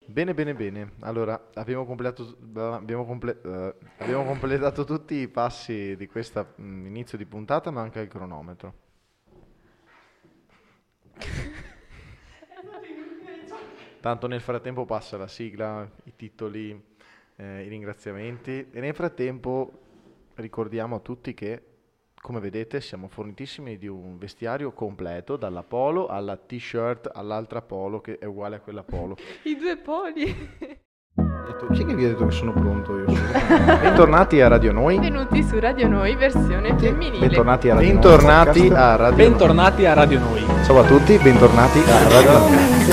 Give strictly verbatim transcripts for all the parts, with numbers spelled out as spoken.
Bene, bene, bene. Allora, abbiamo completato, abbiamo comple- eh, abbiamo completato tutti i passi di questo inizio di puntata, manca il cronometro. Tanto nel frattempo passa la sigla, i titoli, eh, i ringraziamenti e nel frattempo ricordiamo a tutti che, come vedete, siamo fornitissimi di un vestiario completo, dalla polo alla t-shirt all'altra polo che è uguale a quella polo. I due poli. Ho detto, sì che vi ho detto che sono pronto io sono. Bentornati a Radio Noi. Benvenuti su Radio Noi, versione femminile. Bentornati a Radio bentornati Noi. a Radio Bentornati a Radio Noi. Ciao a tutti, bentornati a Radio Noi.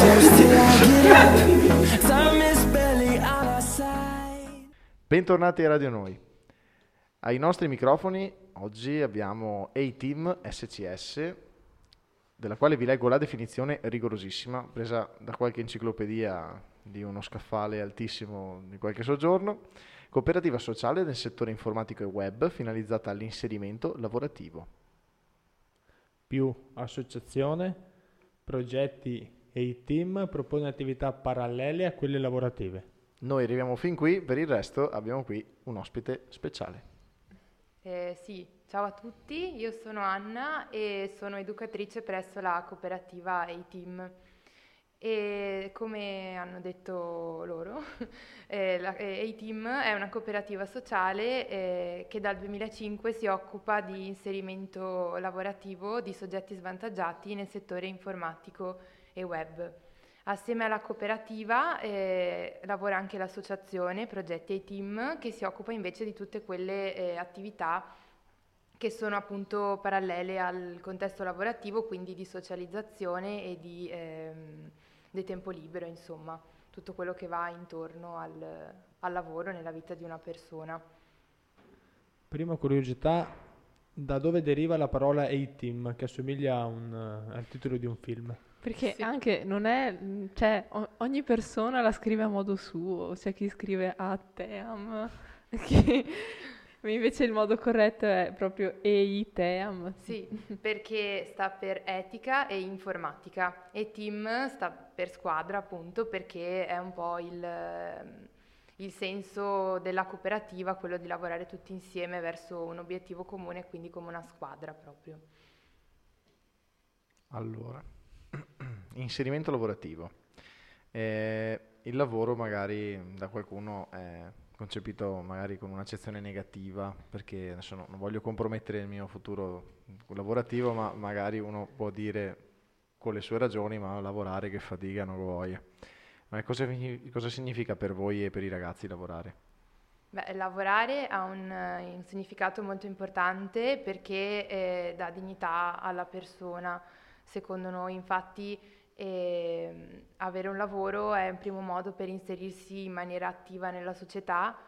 Bentornati a Radio Noi. Ai nostri microfoni oggi abbiamo A-Team S C S, della quale vi leggo la definizione rigorosissima, presa da qualche enciclopedia di uno scaffale altissimo di qualche soggiorno. Cooperativa sociale nel settore informatico e web finalizzata all'inserimento lavorativo. Più associazione, progetti e i team propone attività parallele a quelle lavorative. Noi arriviamo fin qui, per il resto abbiamo qui un ospite speciale. Eh, sì, ciao a tutti, io sono Anna e sono educatrice presso la cooperativa A-Team. E come hanno detto loro, eh, la, eh, A-Team è una cooperativa sociale eh, che dal duemilacinque si occupa di inserimento lavorativo di soggetti svantaggiati nel settore informatico e web. Assieme alla cooperativa eh, lavora anche l'associazione Progetti A-Team, che si occupa invece di tutte quelle eh, attività che sono appunto parallele al contesto lavorativo, quindi di socializzazione e di, ehm, di tempo libero, insomma, tutto quello che va intorno al, al lavoro nella vita di una persona. Prima curiosità, da dove deriva la parola A-Team, che assomiglia a un, uh, al titolo di un film? Perché Sì. anche non è, cioè o- ogni persona la scrive a modo suo, c'è chi scrive a team, chi... invece il modo corretto è proprio eiteam. Sì, perché sta per etica e informatica e team sta per squadra appunto perché è un po' il, il senso della cooperativa, quello di lavorare tutti insieme verso un obiettivo comune, quindi come una squadra proprio. Allora, inserimento lavorativo. Eh, il lavoro magari da qualcuno è concepito magari con un'accezione negativa, perché adesso no- non voglio compromettere il mio futuro lavorativo, ma magari uno può dire con le sue ragioni, ma lavorare che fatica, non voglia. Ma cosa, signi- cosa significa per voi e per i ragazzi lavorare? Beh, lavorare ha un, eh, un significato molto importante perché eh, dà dignità alla persona, secondo noi. Infatti ehm, avere un lavoro è un primo modo per inserirsi in maniera attiva nella società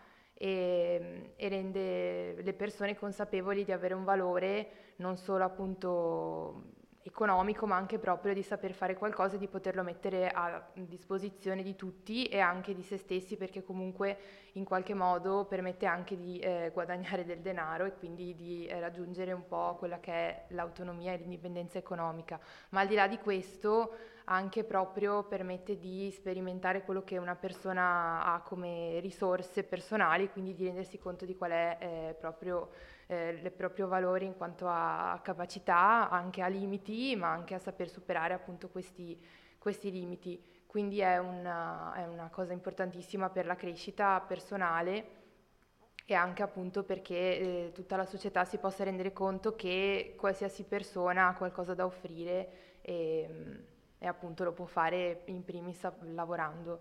e, e rende le persone consapevoli di avere un valore non solo appunto economico, ma anche proprio di saper fare qualcosa e di poterlo mettere a disposizione di tutti e anche di se stessi, perché comunque in qualche modo permette anche di eh, guadagnare del denaro e quindi di eh, raggiungere un po' quella che è l'autonomia e l'indipendenza economica. Ma al di là di questo anche proprio permette di sperimentare quello che una persona ha come risorse personali, quindi di rendersi conto di qual è eh, proprio eh, il proprio valore in quanto a capacità, anche a limiti, ma anche a saper superare appunto questi, questi limiti. Quindi è una, è una cosa importantissima per la crescita personale e anche appunto perché eh, tutta la società si possa rendere conto che qualsiasi persona ha qualcosa da offrire e, e appunto lo può fare in primis lavorando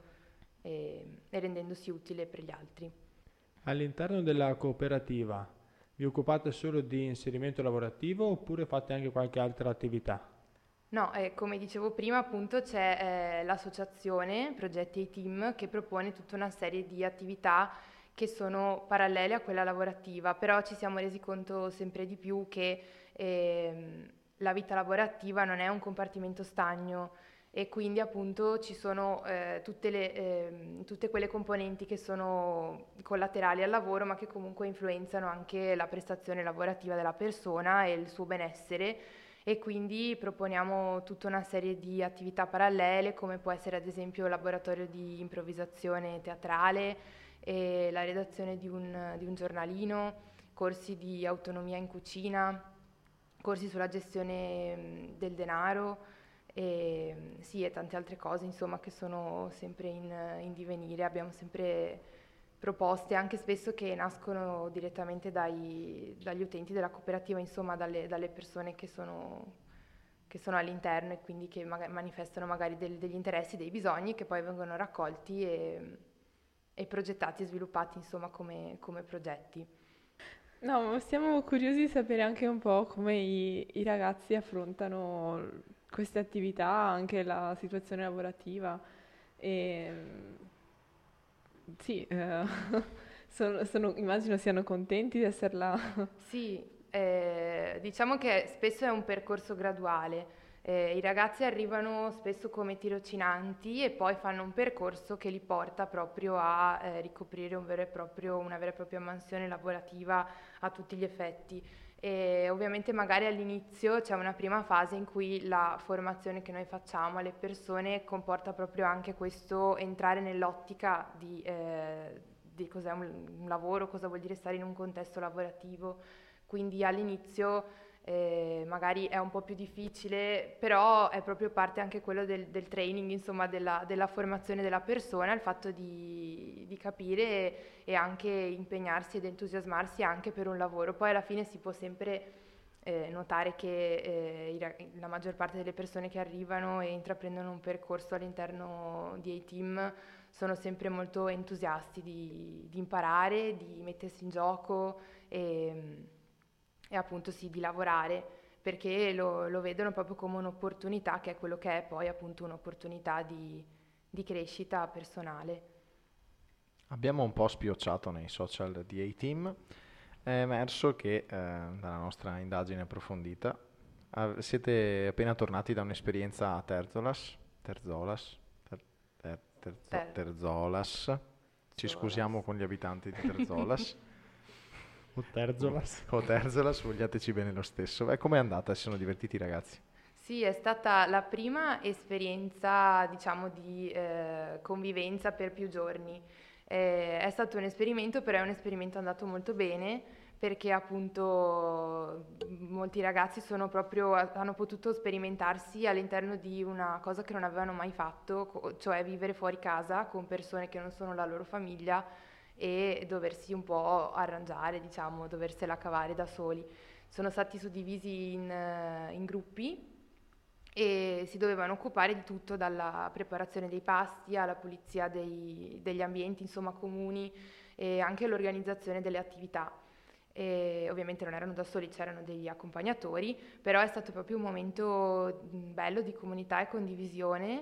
e, e rendendosi utile per gli altri. All'interno della cooperativa vi occupate solo di inserimento lavorativo oppure fate anche qualche altra attività? No, eh, come dicevo prima, appunto c'è eh, l'associazione Progetti A-Team che propone tutta una serie di attività che sono parallele a quella lavorativa, però ci siamo resi conto sempre di più che ehm, la vita lavorativa non è un compartimento stagno e quindi appunto ci sono eh, tutte, le, ehm, tutte quelle componenti che sono collaterali al lavoro ma che comunque influenzano anche la prestazione lavorativa della persona e il suo benessere. e quindi proponiamo tutta una serie di attività parallele, come può essere ad esempio il laboratorio di improvvisazione teatrale, e la redazione di un, di un giornalino, corsi di autonomia in cucina, corsi sulla gestione mh, del denaro, e, mh, sì, e tante altre cose, insomma, che sono sempre in, in divenire. Abbiamo sempre proposte, anche spesso che nascono direttamente dai, dagli utenti della cooperativa, insomma, dalle, dalle persone che sono, che sono all'interno e quindi che maga- manifestano magari del- degli interessi, dei bisogni che poi vengono raccolti e, e progettati e sviluppati, insomma, come, come progetti. No, ma siamo curiosi di sapere anche un po' come i, i ragazzi affrontano queste attività, anche la situazione lavorativa. E, sì, eh, sono- sono- immagino siano contenti di essere là. Sì, eh, diciamo che spesso è un percorso graduale. Eh, I ragazzi arrivano spesso come tirocinanti e poi fanno un percorso che li porta proprio a eh, ricoprire un vero e proprio- una vera e propria mansione lavorativa a tutti gli effetti. E ovviamente magari all'inizio c'è una prima fase in cui la formazione che noi facciamo alle persone comporta proprio anche questo entrare nell'ottica di, eh, di cos'è un, un lavoro, cosa vuol dire stare in un contesto lavorativo. Quindi all'inizio eh, magari è un po' più difficile, però è proprio parte anche quello del, del training, insomma, della, della formazione della persona, il fatto di, di capire e, e anche impegnarsi ed entusiasmarsi anche per un lavoro. Poi alla fine si può sempre eh, notare che eh, i ra- la maggior parte delle persone che arrivano e intraprendono un percorso all'interno di A-Team sono sempre molto entusiasti di, di imparare, di mettersi in gioco e, e appunto sì, di lavorare, perché lo, lo vedono proprio come un'opportunità, che è quello che è poi appunto un'opportunità di, di crescita personale. Abbiamo un po' spiocciato nei social di A-Team, è emerso che eh, dalla nostra indagine approfondita av- siete appena tornati da un'esperienza a Terzolas, Terzolas, Ter- Ter- Terzo- Ter- Terzolas, ci Zolas. scusiamo con gli abitanti di Terzolas, O Terzolas. o Terzolas, vogliateci bene lo stesso. Beh, com'è andata? Si sono divertiti i ragazzi? Sì, è stata la prima esperienza, diciamo, di eh, convivenza per più giorni. Eh, è stato un esperimento, però è un esperimento andato molto bene perché appunto molti ragazzi sono proprio, hanno potuto sperimentarsi all'interno di una cosa che non avevano mai fatto, co- cioè vivere fuori casa con persone che non sono la loro famiglia e doversi un po' arrangiare, diciamo, doversela cavare da soli. Sono stati suddivisi in, eh, in gruppi e si dovevano occupare di tutto, dalla preparazione dei pasti alla pulizia dei- degli ambienti, insomma, comuni, e anche l'organizzazione delle attività. E ovviamente non erano da soli, c'erano degli accompagnatori, però è stato proprio un momento mh, bello di comunità e condivisione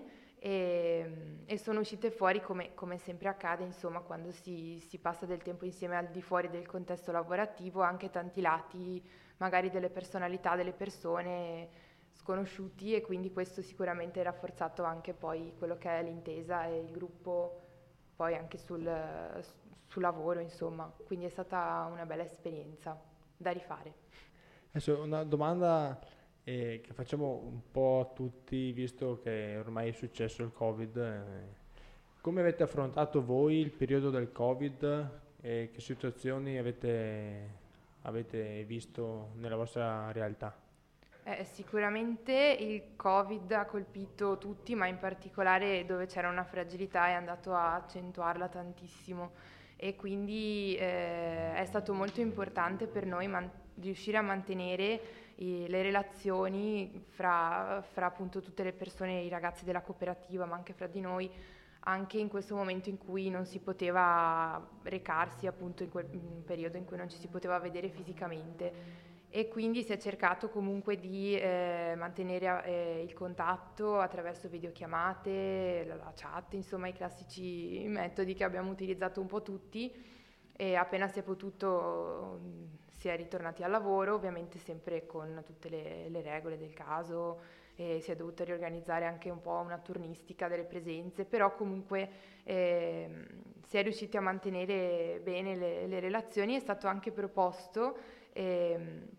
e, e sono uscite fuori, come, come sempre accade, insomma, quando si, si passa del tempo insieme al di fuori del contesto lavorativo, anche tanti lati magari delle personalità delle persone sconosciuti, e quindi questo sicuramente ha rafforzato anche poi quello che è l'intesa e il gruppo poi anche sul, sul lavoro, insomma. Quindi è stata una bella esperienza da rifare. Adesso una domanda eh, che facciamo un po' a tutti, visto che ormai è successo il Covid. eh, come avete affrontato voi il periodo del Covid e che situazioni avete, avete visto nella vostra realtà? Eh, sicuramente il Covid ha colpito tutti, ma in particolare dove c'era una fragilità è andato a accentuarla tantissimo, e quindi eh, è stato molto importante per noi man- riuscire a mantenere i- le relazioni fra, fra appunto tutte le persone, i ragazzi della cooperativa, ma anche fra di noi, anche in questo momento in cui non si poteva recarsi, appunto in quel in un periodo in cui non ci si poteva vedere fisicamente. E quindi si è cercato comunque di eh, mantenere eh, il contatto attraverso videochiamate, la, la chat, insomma i classici metodi che abbiamo utilizzato un po' tutti, e appena si è potuto mh, si è ritornati al lavoro, ovviamente sempre con tutte le, le regole del caso, e si è dovuta riorganizzare anche un po' una turnistica delle presenze, però comunque ehm, si è riusciti a mantenere bene le, le relazioni. È stato anche proposto ehm,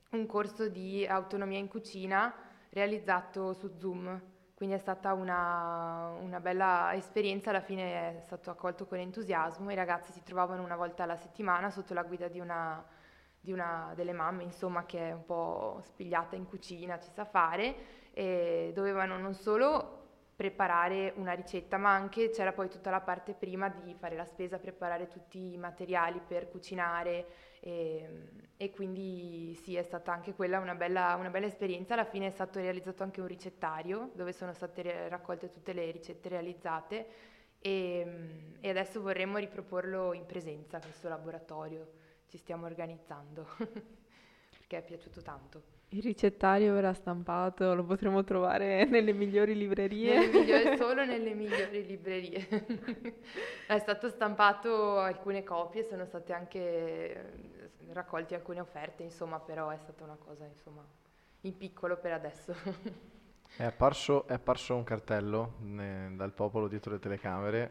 un corso di autonomia in cucina realizzato su Zoom. Quindi è stata una, una bella esperienza, alla fine è stato accolto con entusiasmo. I ragazzi si trovavano una volta alla settimana sotto la guida di una, di una delle mamme, insomma, che è un po' spigliata in cucina, ci sa fare, e dovevano non solo preparare una ricetta, ma anche c'era poi tutta la parte prima di fare la spesa, preparare tutti i materiali per cucinare, e, e quindi sì, è stata anche quella una bella, una bella esperienza. Alla fine è stato realizzato anche un ricettario dove sono state re- raccolte tutte le ricette realizzate, e, e adesso vorremmo riproporlo in presenza, questo laboratorio, ci stiamo organizzando perché è piaciuto tanto. Il ricettario verrà stampato, lo potremo trovare nelle migliori librerie. Nelle migliori, solo nelle migliori librerie. È stato stampato alcune copie, sono state anche raccolte alcune offerte, insomma, però è stata una cosa, insomma, in piccolo per adesso. È apparso, è apparso un cartello ne- dal popolo dietro le telecamere.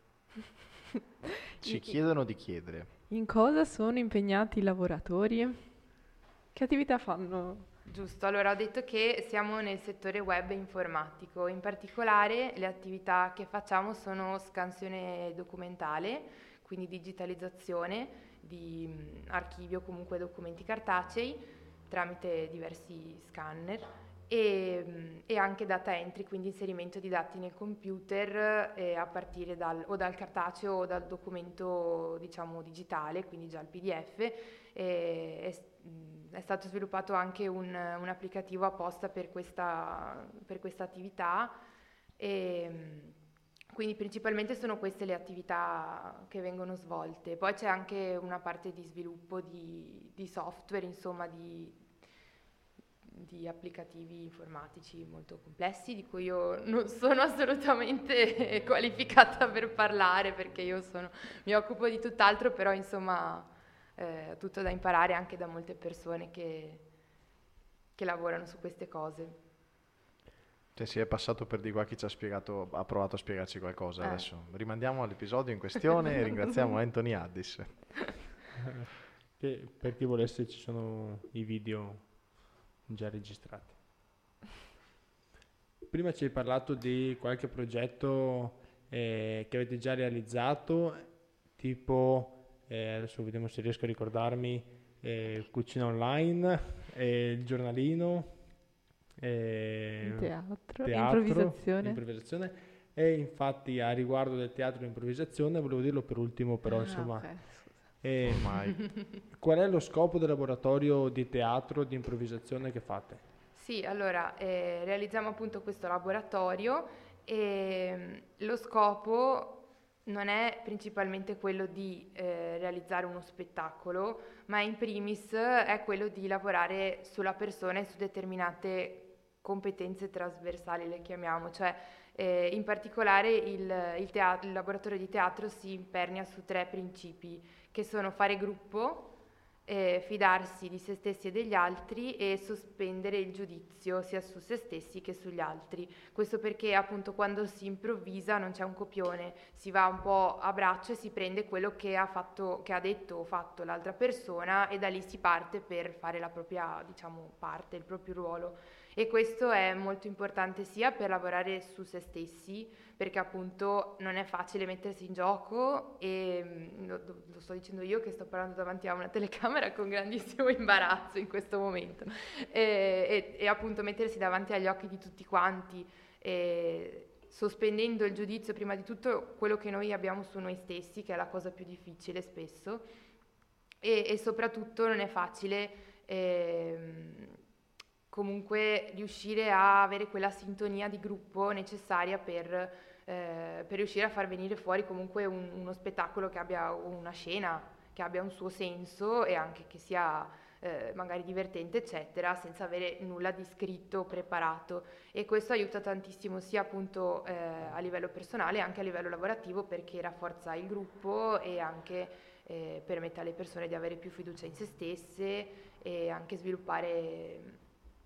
Ci I- chiedono di chiedere. In cosa sono impegnati i lavoratori? Che attività fanno? Giusto, allora ho detto che siamo nel settore web e informatico, in particolare le attività che facciamo sono scansione documentale, quindi digitalizzazione di mh, archivi o comunque documenti cartacei tramite diversi scanner, e, mh, e anche data entry, quindi inserimento di dati nel computer eh, a partire dal, o dal cartaceo o dal documento, diciamo, digitale, quindi già il P D F. E, è, mh, è stato sviluppato anche un, un applicativo apposta per questa, per questa attività, e mh, quindi principalmente sono queste le attività che vengono svolte. Poi c'è anche una parte di sviluppo di, di software, insomma, di, di applicativi informatici molto complessi, di cui io non sono assolutamente qualificata per parlare, perché io sono, mi occupo di tutt'altro, però insomma eh, tutto da imparare anche da molte persone che, che lavorano su queste cose. Cioè, si è passato per di qua chi ci ha spiegato, ha provato a spiegarci qualcosa. Eh. Adesso rimandiamo all'episodio in questione e ringraziamo Anthony Addis. Che per chi volesse ci sono i video già registrati. Prima ci hai parlato di qualche progetto eh, che avete già realizzato, tipo, eh, adesso vediamo se riesco a ricordarmi, eh, Cucina Online, eh, il giornalino, eh, Teatro, teatro, improvvisazione. improvvisazione. E infatti a riguardo del teatro e improvvisazione, volevo dirlo per ultimo, però Ah, insomma, ok, scusa. eh, Ormai. qual è lo scopo del laboratorio di teatro e di improvvisazione che fate? Sì, allora eh, realizziamo appunto questo laboratorio, e mm, lo scopo non è principalmente quello di eh, realizzare uno spettacolo, ma in primis è quello di lavorare sulla persona e su determinate competenze trasversali, le chiamiamo, cioè eh, in particolare il, il, tea- il laboratorio di teatro si impernia su tre principi, che sono fare gruppo, eh, fidarsi di se stessi e degli altri, e sospendere il giudizio sia su se stessi che sugli altri. Questo perché appunto quando si improvvisa non c'è un copione, si va un po' a braccio e si prende quello che ha fatto, che ha detto o fatto l'altra persona, e da lì si parte per fare la propria, diciamo, parte, il proprio ruolo. E questo è molto importante sia per lavorare su se stessi, perché appunto non è facile mettersi in gioco, e mm, lo, lo sto dicendo io che sto parlando davanti a una telecamera con grandissimo imbarazzo in questo momento, e, e, e appunto mettersi davanti agli occhi di tutti quanti, e sospendendo il giudizio prima di tutto quello che noi abbiamo su noi stessi, che è la cosa più difficile spesso, e, e soprattutto non è facile ehm, comunque riuscire a avere quella sintonia di gruppo necessaria per, eh, per riuscire a far venire fuori comunque un- uno spettacolo che abbia una scena, che abbia un suo senso, e anche che sia eh, magari divertente, eccetera, senza avere nulla di scritto, preparato. E questo aiuta tantissimo sia appunto eh, a livello personale, anche a livello lavorativo, perché rafforza il gruppo e anche eh, permette alle persone di avere più fiducia in se stesse, e anche sviluppare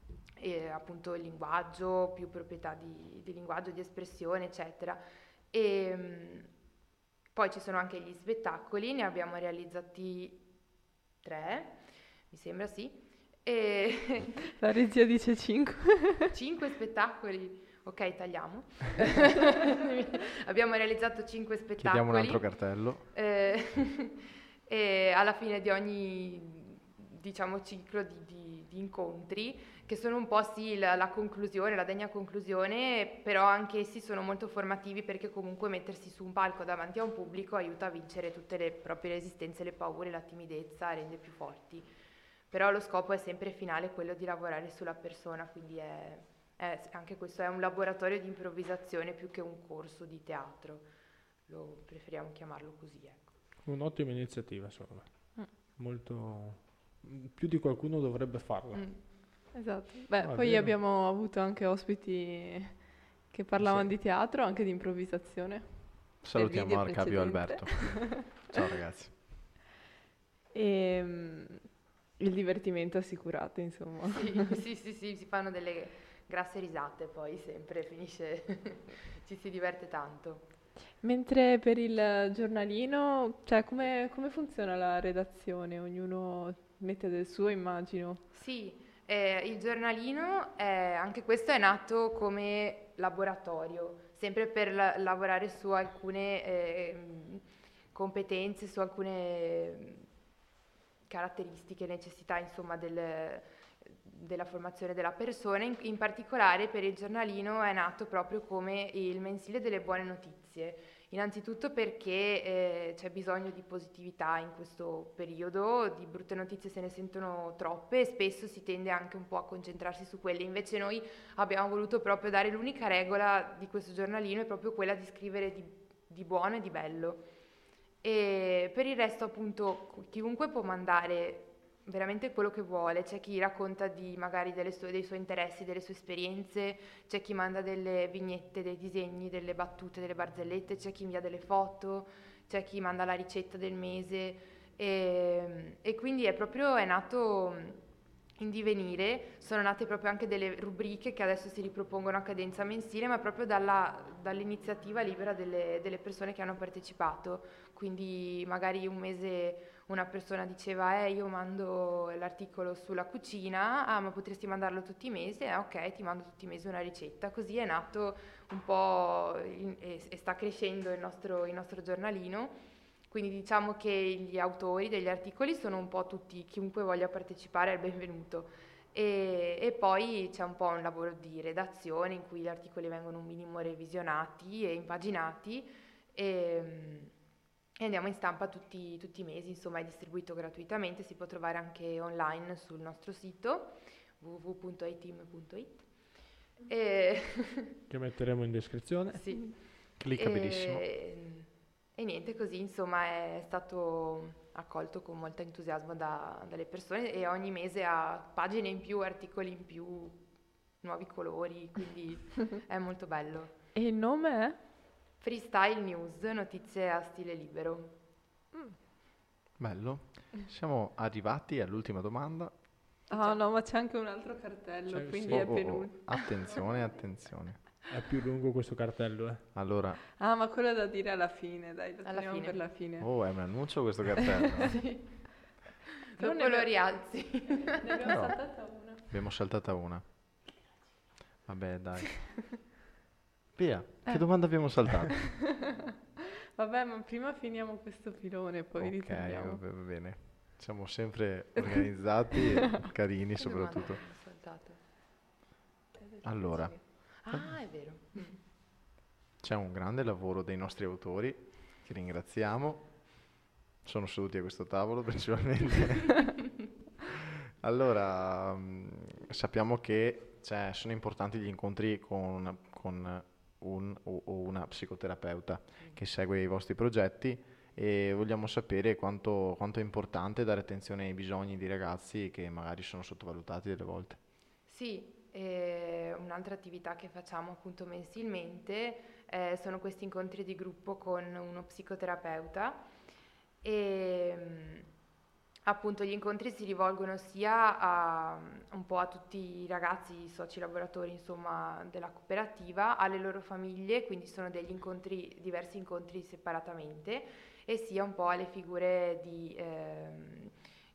e appunto il linguaggio, più proprietà di, di linguaggio, di espressione, eccetera. E mh, poi ci sono anche gli spettacoli, ne abbiamo realizzati tre, mi sembra, sì. E La regia dice cinque. cinque spettacoli. Ok, tagliamo. Abbiamo realizzato cinque spettacoli. Chiediamo un altro cartello. Eh, e alla fine di ogni, diciamo, ciclo di, di- di incontri, che sono un po' sì la, la conclusione, la degna conclusione, però anche essi sono molto formativi perché comunque mettersi su un palco davanti a un pubblico aiuta a vincere tutte le proprie resistenze, le paure, la timidezza, rende più forti. Però lo scopo è sempre finale quello di lavorare sulla persona, quindi è, è- anche questo è un laboratorio di improvvisazione più che un corso di teatro, lo preferiamo chiamarlo così, ecco. Un'ottima iniziativa, secondo me. Mm. Molto... più di qualcuno dovrebbe farla. Mm. Esatto. Beh, No, è poi vero. abbiamo avuto anche ospiti che parlavano Sì. di teatro, anche di improvvisazione. Salutiamo video Arcabio e precedente. Alberto. Ciao ragazzi. E mm, il divertimento assicurato, insomma. Sì, sì, sì, sì, si fanno delle grasse risate poi sempre, finisce, ci si diverte tanto. Mentre per il giornalino, cioè come, come funziona la redazione? Ognuno mette del suo, immagino. Sì, eh, il giornalino, è- anche questo è nato come laboratorio, sempre per la- lavorare su alcune ehm, competenze, su alcune caratteristiche, necessità, insomma, del- della formazione della persona. In, in particolare per il giornalino è nato proprio come il mensile delle buone notizie. Innanzitutto perché eh, c'è bisogno di positività in questo periodo, di brutte notizie se ne sentono troppe e spesso si tende anche un po' a concentrarsi su quelle. Invece noi abbiamo voluto proprio dare l'unica regola di questo giornalino, è proprio quella di scrivere di, di buono e di bello. E per il resto, appunto, chiunque può mandare veramente quello che vuole. C'è chi racconta di, magari delle sue- dei suoi interessi, delle sue esperienze, c'è chi manda delle vignette, dei disegni, delle battute, delle barzellette, c'è chi invia delle foto, c'è chi manda la ricetta del mese. E, e quindi è proprio, è nato in divenire, sono nate proprio anche delle rubriche che adesso si ripropongono a cadenza mensile, ma proprio dalla- dall'iniziativa libera delle, delle persone che hanno partecipato. Quindi magari un mese una persona diceva eh io mando l'articolo sulla cucina, ah ma potresti mandarlo tutti i mesi, eh ok ti mando tutti i mesi una ricetta. Così è nato un po' in- e, e sta crescendo il nostro, il nostro giornalino. Quindi diciamo che gli autori degli articoli sono un po' tutti, chiunque voglia partecipare è il benvenuto. E, e poi c'è un po' un lavoro di redazione in cui gli articoli vengono un minimo revisionati e impaginati e, e andiamo in stampa tutti, tutti i mesi, insomma è distribuito gratuitamente, si può trovare anche online sul nostro sito w w w punto i team punto i t. E, Che metteremo in descrizione. sì. Cliccabilissimo. E, e niente, così insomma è stato accolto con molto entusiasmo da- dalle persone e ogni mese ha pagine in più, articoli in più, nuovi colori, quindi è molto bello. E il nome è? Freestyle News, notizie a stile libero. Bello. Siamo arrivati all'ultima domanda. Ah no, ma c'è anche un altro cartello, C'è- quindi sì. è Oh, oh, oh. penultimo. Attenzione, attenzione. È più lungo questo cartello, eh. Allora, Ah, ma quello è da dire alla fine, dai, lo Alla teniamo fine. per la fine. oh, è un annuncio questo cartello. Però Dopo ne lo abbiamo- rialzi. Ne abbiamo No. saltata una. Abbiamo saltata una. Vabbè, dai. Via, che Eh. domanda abbiamo saltato? Vabbè, ma prima finiamo questo filone, poi Ok, ritorniamo. va va bene. Siamo sempre organizzati e carini Che domanda soprattutto. abbiamo saltato? Allora, Ah, è vero. Mm. c'è un grande lavoro dei nostri autori, che ringraziamo. Sono seduti a questo tavolo principalmente. Allora, mh, sappiamo che cioè, sono importanti gli incontri con, con un o o una psicoterapeuta che segue i vostri progetti e vogliamo sapere quanto, quanto è importante dare attenzione ai bisogni di ragazzi che magari sono sottovalutati delle volte. Sì, eh, un'altra attività che facciamo appunto mensilmente eh, sono questi incontri di gruppo con uno psicoterapeuta e mm, appunto gli incontri si rivolgono sia a un po' a tutti i ragazzi, i soci lavoratori insomma della cooperativa, alle loro famiglie, quindi sono degli incontri, diversi incontri separatamente, e sia un po' alle figure di, ehm,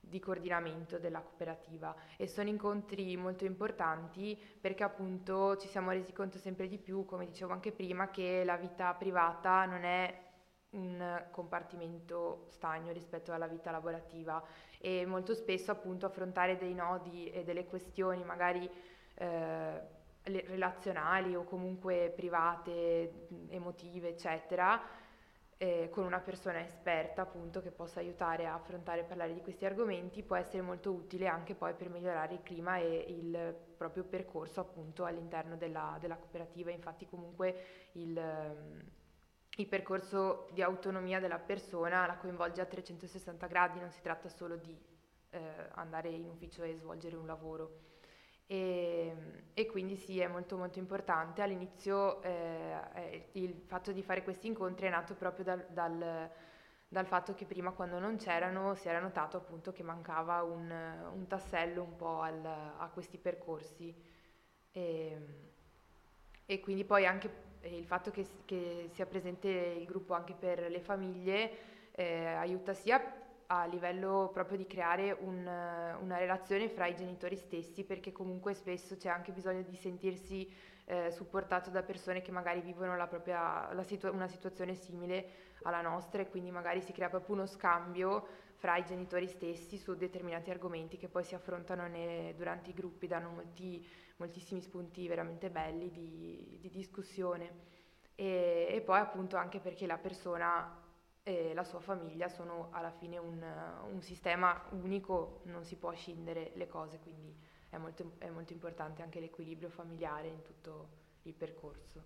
di coordinamento della cooperativa, e sono incontri molto importanti perché appunto ci siamo resi conto sempre di più, come dicevo anche prima, che la vita privata non è un compartimento stagno rispetto alla vita lavorativa, e molto spesso appunto affrontare dei nodi e delle questioni magari eh, relazionali o comunque private, emotive, eccetera, eh, con una persona esperta appunto che possa aiutare a affrontare e parlare di questi argomenti, può essere molto utile anche poi per migliorare il clima e il proprio percorso appunto all'interno della, della cooperativa. Infatti comunque il, il percorso di autonomia della persona la coinvolge a trecentosessanta gradi, non si tratta solo di eh, andare in ufficio e svolgere un lavoro. E, e quindi sì, è molto molto importante. All'inizio eh, il fatto di fare questi incontri è nato proprio dal, dal, dal fatto che prima, quando non c'erano, si era notato appunto che mancava un, un tassello un po' al, a questi percorsi, e, e quindi poi anche il fatto che, che sia presente il gruppo anche per le famiglie eh, aiuta sia a livello proprio di creare un, una relazione fra i genitori stessi, perché comunque spesso c'è anche bisogno di sentirsi eh, supportato da persone che magari vivono la propria, la situa- una situazione simile alla nostra, e quindi magari si crea proprio uno scambio fra i genitori stessi su determinati argomenti che poi si affrontano ne- durante i gruppi, danno molti, moltissimi spunti veramente belli di, di discussione, e, e poi appunto anche perché la persona e la sua famiglia sono alla fine un, un sistema unico, non si può scindere le cose, quindi è molto, è molto importante anche l'equilibrio familiare in tutto il percorso.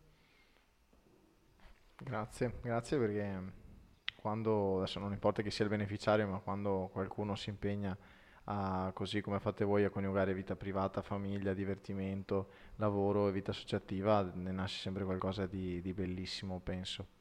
Grazie, grazie, perché quando, adesso non importa chi sia il beneficiario, ma quando qualcuno si impegna a, così come fate voi, a coniugare vita privata, famiglia, divertimento, lavoro e vita associativa, ne nasce sempre qualcosa di, di bellissimo, penso.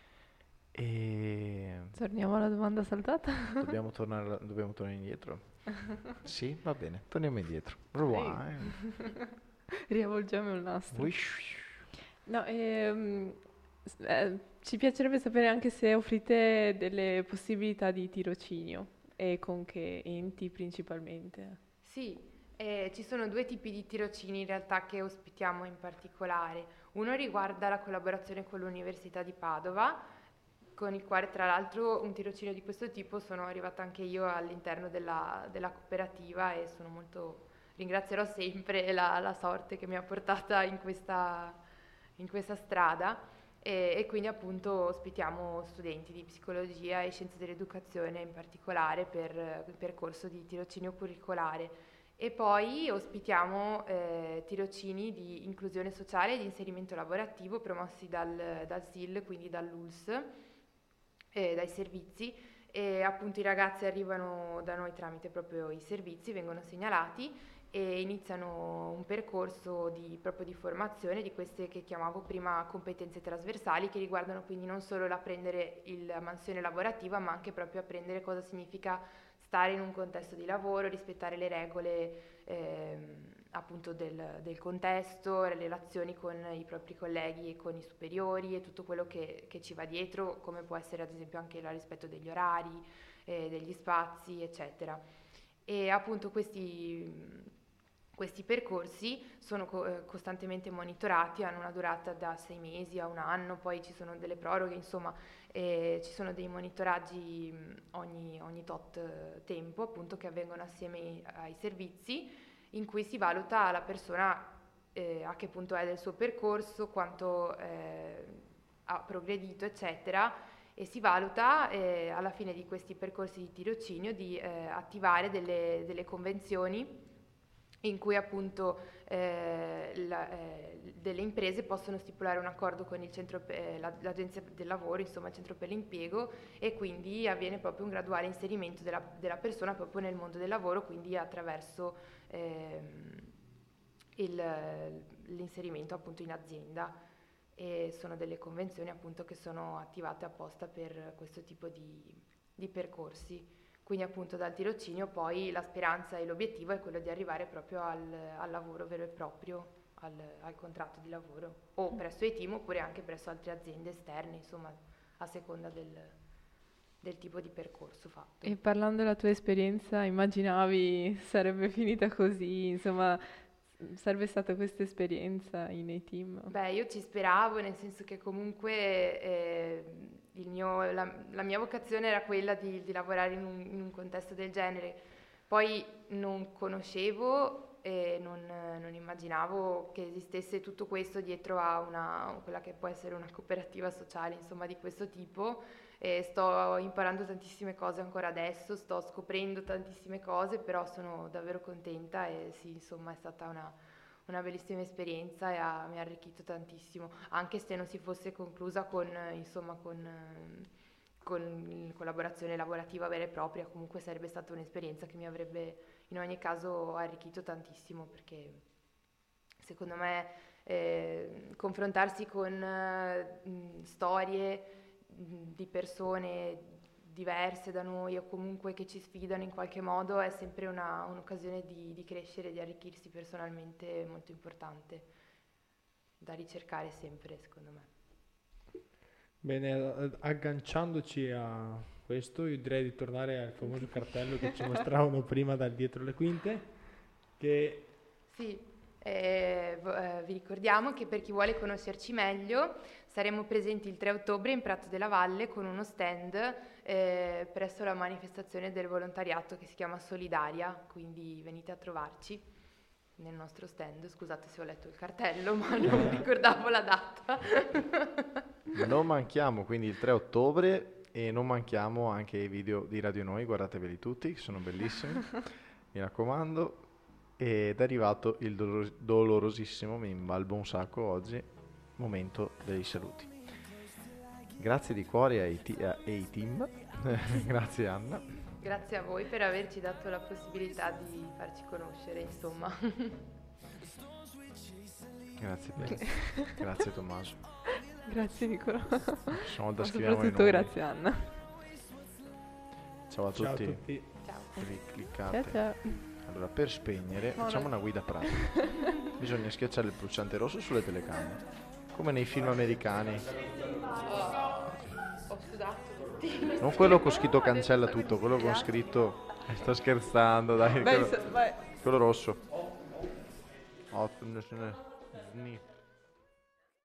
E Torniamo alla domanda saltata. dobbiamo tornare, dobbiamo tornare indietro. Sì, va bene, torniamo indietro. Rewind. Riavvolgiamo il nastro. Wish. No, ehm, s- eh, ci piacerebbe sapere anche se offrite delle possibilità di tirocinio e con che enti principalmente. Sì, eh, ci sono due tipi di tirocini in realtà che ospitiamo in particolare. Uno riguarda la collaborazione con l'Università di Padova, con il quale tra l'altro un tirocinio di questo tipo sono arrivata anche io all'interno della, della cooperativa, e sono molto, ringrazierò sempre la, la sorte che mi ha portata in questa, in questa strada, e, e quindi appunto ospitiamo studenti di psicologia e scienze dell'educazione in particolare per il percorso di tirocinio curricolare. E poi ospitiamo eh, tirocini di inclusione sociale e di inserimento lavorativo promossi dal, dal S I L, quindi dall'U L S, eh, dai servizi, e appunto i ragazzi arrivano da noi tramite proprio i servizi, vengono segnalati e iniziano un percorso di, proprio di formazione di queste che chiamavo prima competenze trasversali, che riguardano quindi non solo l'apprendere il- la mansione lavorativa, ma anche proprio apprendere cosa significa stare in un contesto di lavoro, rispettare le regole ehm, appunto del, del contesto, le relazioni con i propri colleghi e con i superiori e tutto quello che, che ci va dietro, come può essere ad esempio anche il rispetto degli orari, eh, degli spazi, eccetera. E appunto questi, questi percorsi sono co- eh, costantemente monitorati, hanno una durata da sei mesi a un anno, poi ci sono delle proroghe, insomma, eh, ci sono dei monitoraggi mh, ogni, ogni tot eh, tempo, appunto, che avvengono assieme ai servizi, in cui si valuta la persona eh, a che punto è del suo percorso, quanto eh, ha progredito, eccetera, e si valuta eh, alla fine di questi percorsi di tirocinio di eh, attivare delle, delle convenzioni in cui appunto eh, la- eh, delle imprese possono stipulare un accordo con il centro, pe- eh, la- l'agenzia del lavoro, insomma il centro per l'impiego, e quindi avviene proprio un graduale inserimento della, della persona proprio nel mondo del lavoro, quindi attraverso ehm, il- l'inserimento appunto in azienda. E sono delle convenzioni appunto che sono attivate apposta per questo tipo di, di percorsi. Quindi appunto dal tirocinio poi la speranza e l'obiettivo è quello di arrivare proprio al, al lavoro vero e proprio, al, al contratto di lavoro, o presso i team oppure anche presso altre aziende esterne, insomma, a seconda del, del tipo di percorso fatto. E parlando della tua esperienza, immaginavi sarebbe finita così, insomma, s- sarebbe stata questa esperienza in A-Team? Beh, io ci speravo, nel senso che comunque eh, il mio- la, la mia vocazione era quella di, di lavorare in un, in un contesto del genere. Poi non conoscevo e non, non immaginavo che esistesse tutto questo dietro a una, quella che può essere una cooperativa sociale, insomma, di questo tipo. E sto imparando tantissime cose ancora adesso, sto scoprendo tantissime cose, però sono davvero contenta e sì, insomma, è stata una, una bellissima esperienza e ha- mi ha arricchito tantissimo, anche se non si fosse conclusa con, eh, insomma, con, ehm, con collaborazione lavorativa vera e propria, comunque sarebbe stata un'esperienza che mi avrebbe in ogni caso arricchito tantissimo, perché secondo me eh, confrontarsi con eh, mh, storie mh, di persone diverse da noi o comunque che ci sfidano in qualche modo è sempre una- un'occasione di, di crescere, di arricchirsi personalmente molto importante, da ricercare sempre, secondo me. Bene, a- agganciandoci a questo, io direi di tornare al famoso cartello che ci mostravano prima dal dietro le quinte, che Sì, eh, vo- eh, vi ricordiamo che per chi vuole conoscerci meglio saremo presenti il tre ottobre in Prato della Valle con uno stand eh, presso la manifestazione del volontariato che si chiama Solidaria, quindi venite a trovarci nel nostro stand. Scusate se ho letto il cartello, ma non ricordavo la data. Non manchiamo quindi il tre ottobre e non manchiamo anche i video di Radio Noi, guardateveli tutti, che sono bellissimi, mi raccomando. Ed è arrivato il dolor- dolorosissimo, mi imbalbo un sacco oggi, momento dei saluti. Grazie di cuore ai ti- a A-Team, grazie Anna, Grazie a voi per averci dato la possibilità di farci conoscere, insomma. grazie Pietro, grazie Tommaso, Grazie Nicola. sono da Ma scriviamo i soprattutto nomi. grazie Anna. Ciao a ciao a tutti, tutti. Ciao. Cli- Ciao cliccate. ciao. Allora, per spegnere, Buona- facciamo una guida pratica. Bisogna schiacciare il pulsante rosso sulle telecamere, come nei film americani. Ho sudato tutti. Non quello con scritto cancella tutto, quello con scritto... eh, Sto scherzando, dai. Beh, Quello, so- vai. quello rosso. Off, nessuno- sni-